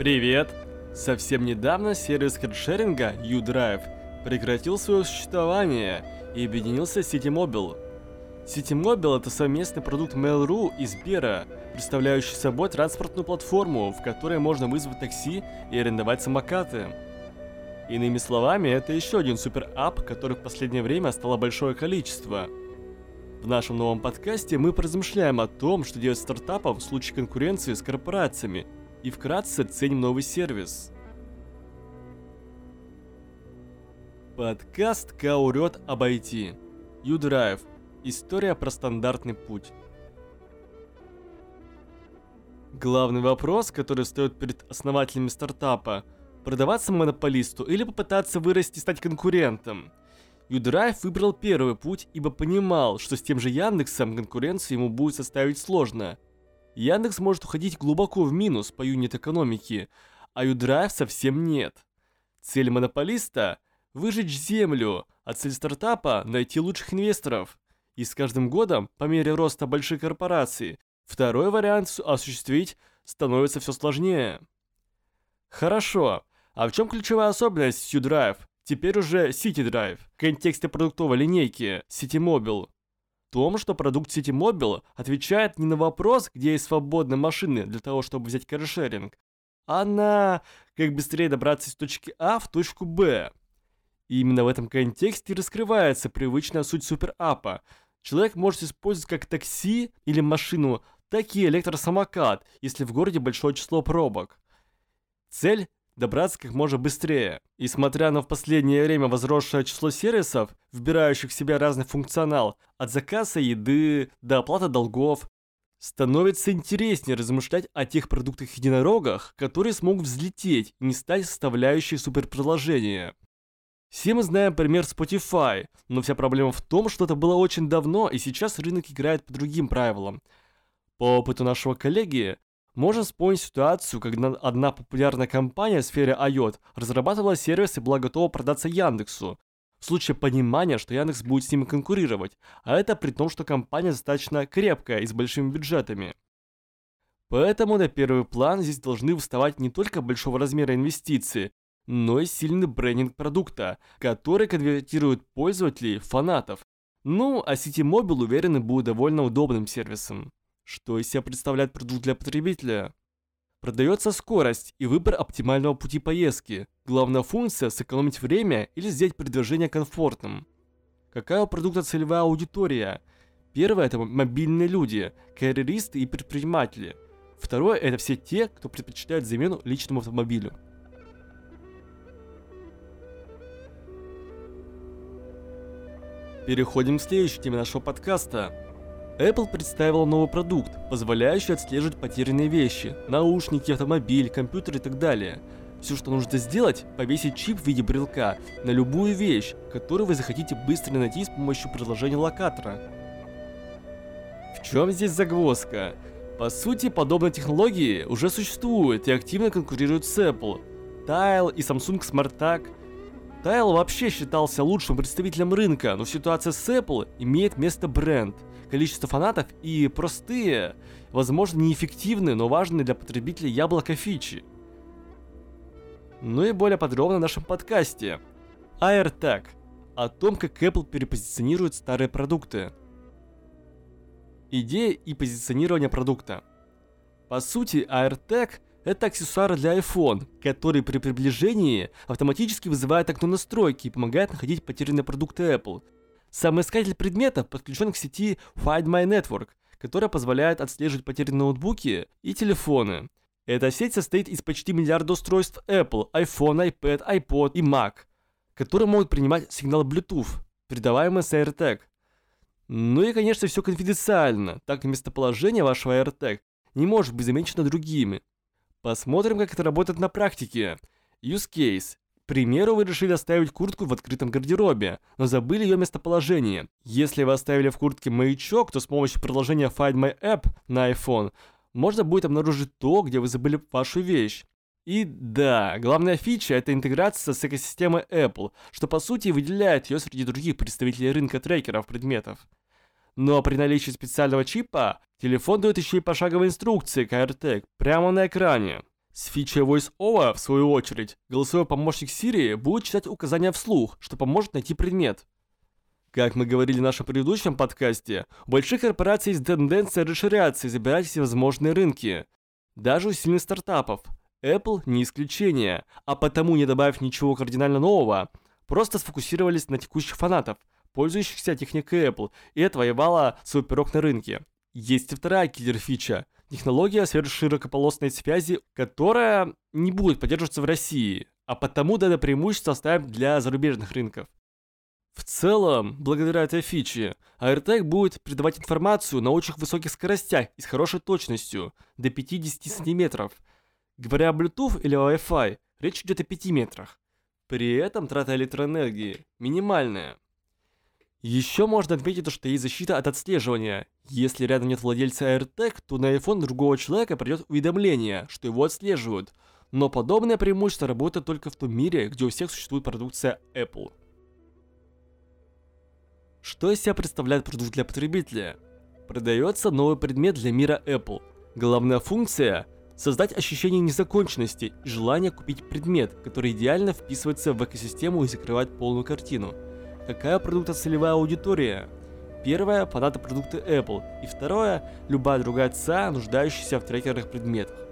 Привет! Совсем недавно сервис каршеринга U-Drive прекратил свое существование и объединился с Citymobil. Citymobil — это совместный продукт Mail.ru и Сбера, представляющий собой транспортную платформу, в которой можно вызвать такси и арендовать самокаты. Иными словами, это еще один супер-ап, которых в последнее время стало большое количество. В нашем новом подкасте мы поразмышляем о том, что делать стартапам в случае конкуренции с корпорациями, и вкратце ценим новый сервис. Подкаст «Каурет об IT». U-Drive. История про стандартный путь. Главный вопрос, который стоит перед основателями стартапа – продаваться монополисту или попытаться вырасти и стать конкурентом. U-Drive выбрал первый путь, ибо понимал, что с тем же Яндексом конкуренцию ему будет составить сложно. Яндекс может уходить глубоко в минус по юнит-экономике, а U-Drive совсем нет. Цель монополиста – выжечь землю, а цель стартапа – найти лучших инвесторов. И с каждым годом, по мере роста больших корпораций, второй вариант осуществить становится все сложнее. Хорошо, а в чем ключевая особенность U-Drive, теперь уже CityDrive, в контексте продуктовой линейки Citymobil? В том, что продукт Citymobil отвечает не на вопрос, где есть свободные машины для того, чтобы взять каршеринг, а на как быстрее добраться из точки А в точку Б. И именно в этом контексте раскрывается привычная суть суперапа. Человек может использовать как такси или машину, так и электросамокат, если в городе большое число пробок. Цель – добраться как можно быстрее. И смотря на в последнее время возросшее число сервисов, вбирающих в себя разный функционал, от заказа еды до оплаты долгов, становится интереснее размышлять о тех продуктах-единорогах, которые смогут взлететь и не стать составляющей суперприложения. Все мы знаем пример Spotify, но вся проблема в том, что это было очень давно, и сейчас рынок играет по другим правилам. По опыту нашего коллеги, можно вспомнить ситуацию, когда одна популярная компания в сфере IoT разрабатывала сервис и была готова продаться Яндексу, в случае понимания, что Яндекс будет с ними конкурировать, а это при том, что компания достаточно крепкая и с большими бюджетами. Поэтому на первый план здесь должны вставать не только большого размера инвестиции, но и сильный брендинг продукта, который конвертирует пользователей в фанатов. Ну, а Citymobil, уверены, будет довольно удобным сервисом. Что из себя представляет продукт для потребителя? Продается скорость и выбор оптимального пути поездки. Главная функция – сэкономить время или сделать передвижение комфортным. Какая у продукта целевая аудитория? Первое – это мобильные люди, карьеристы и предприниматели. Второе – это все те, кто предпочитает замену личному автомобилю. Переходим к следующей теме нашего подкаста. Apple представила новый продукт, позволяющий отслеживать потерянные вещи, наушники, автомобиль, компьютер и так далее. Все, что нужно сделать, повесить чип в виде брелка на любую вещь, которую вы захотите быстро найти с помощью приложения локатора. В чем здесь загвоздка? По сути, подобные технологии уже существуют и активно конкурируют с Apple. Tile и Samsung SmartTag. Tile вообще считался лучшим представителем рынка, но в ситуации с Apple имеет место бренд, количество фанатов и простые, возможно неэффективные, но важные для потребителей яблоко фичи. Ну и более подробно в нашем подкасте. AirTag. О том, как Apple перепозиционирует старые продукты. Идея и позиционирование продукта. По сути, AirTag – это аксессуар для iPhone, который при приближении автоматически вызывает окно настройки и помогает находить потерянные продукты Apple. Сам искатель предметов подключен к сети Find My Network, которая позволяет отслеживать потерянные ноутбуки и телефоны. Эта сеть состоит из почти миллиарда устройств Apple, iPhone, iPad, iPod и Mac, которые могут принимать сигнал Bluetooth, передаваемый с AirTag. Ну и, конечно, все конфиденциально, так как местоположение вашего AirTag не может быть замечено другими. Посмотрим, как это работает на практике. Use case. К примеру, вы решили оставить куртку в открытом гардеробе, но забыли ее местоположение. Если вы оставили в куртке маячок, то с помощью приложения Find My App на iPhone можно будет обнаружить то, где вы забыли вашу вещь. И да, главная фича – это интеграция с экосистемой Apple, что по сути выделяет ее среди других представителей рынка трекеров предметов. Но при наличии специального чипа телефон дает еще и пошаговые инструкции к AirTag прямо на экране. С фичей VoiceOver, в свою очередь, голосовой помощник Siri будет читать указания вслух, что поможет найти предмет. Как мы говорили в нашем предыдущем подкасте, у больших корпораций есть тенденция расширяться и забирать всевозможные рынки. Даже у сильных стартапов. Apple не исключение, а потому, не добавив ничего кардинально нового, просто сфокусировались на текущих фанатов, пользующихся техникой Apple, и отвоевала свой пирог на рынке. Есть и вторая киллер-фича – технология сверхширокополосной связи, которая не будет поддерживаться в России, а потому данное преимущество оставим для зарубежных рынков. В целом, благодаря этой фиче, AirTag будет передавать информацию на очень высоких скоростях и с хорошей точностью, до 50 сантиметров. Говоря о Bluetooth или Wi-Fi, речь идет о 5 метрах. При этом трата электроэнергии минимальная. Еще можно отметить то, что есть защита от отслеживания. Если рядом нет владельца AirTag, то на iPhone другого человека придет уведомление, что его отслеживают. Но подобное преимущество работает только в том мире, где у всех существует продукция Apple. Что из себя представляет продукт для потребителя? Продается новый предмет для мира Apple. Главная функция – создать ощущение незаконченности и желание купить предмет, который идеально вписывается в экосистему и закрывает полную картину. Какая у продукта целевая аудитория? Первое – фанаты продукта Apple, и второе – любая другая ЦА, нуждающаяся в трекерных предметах.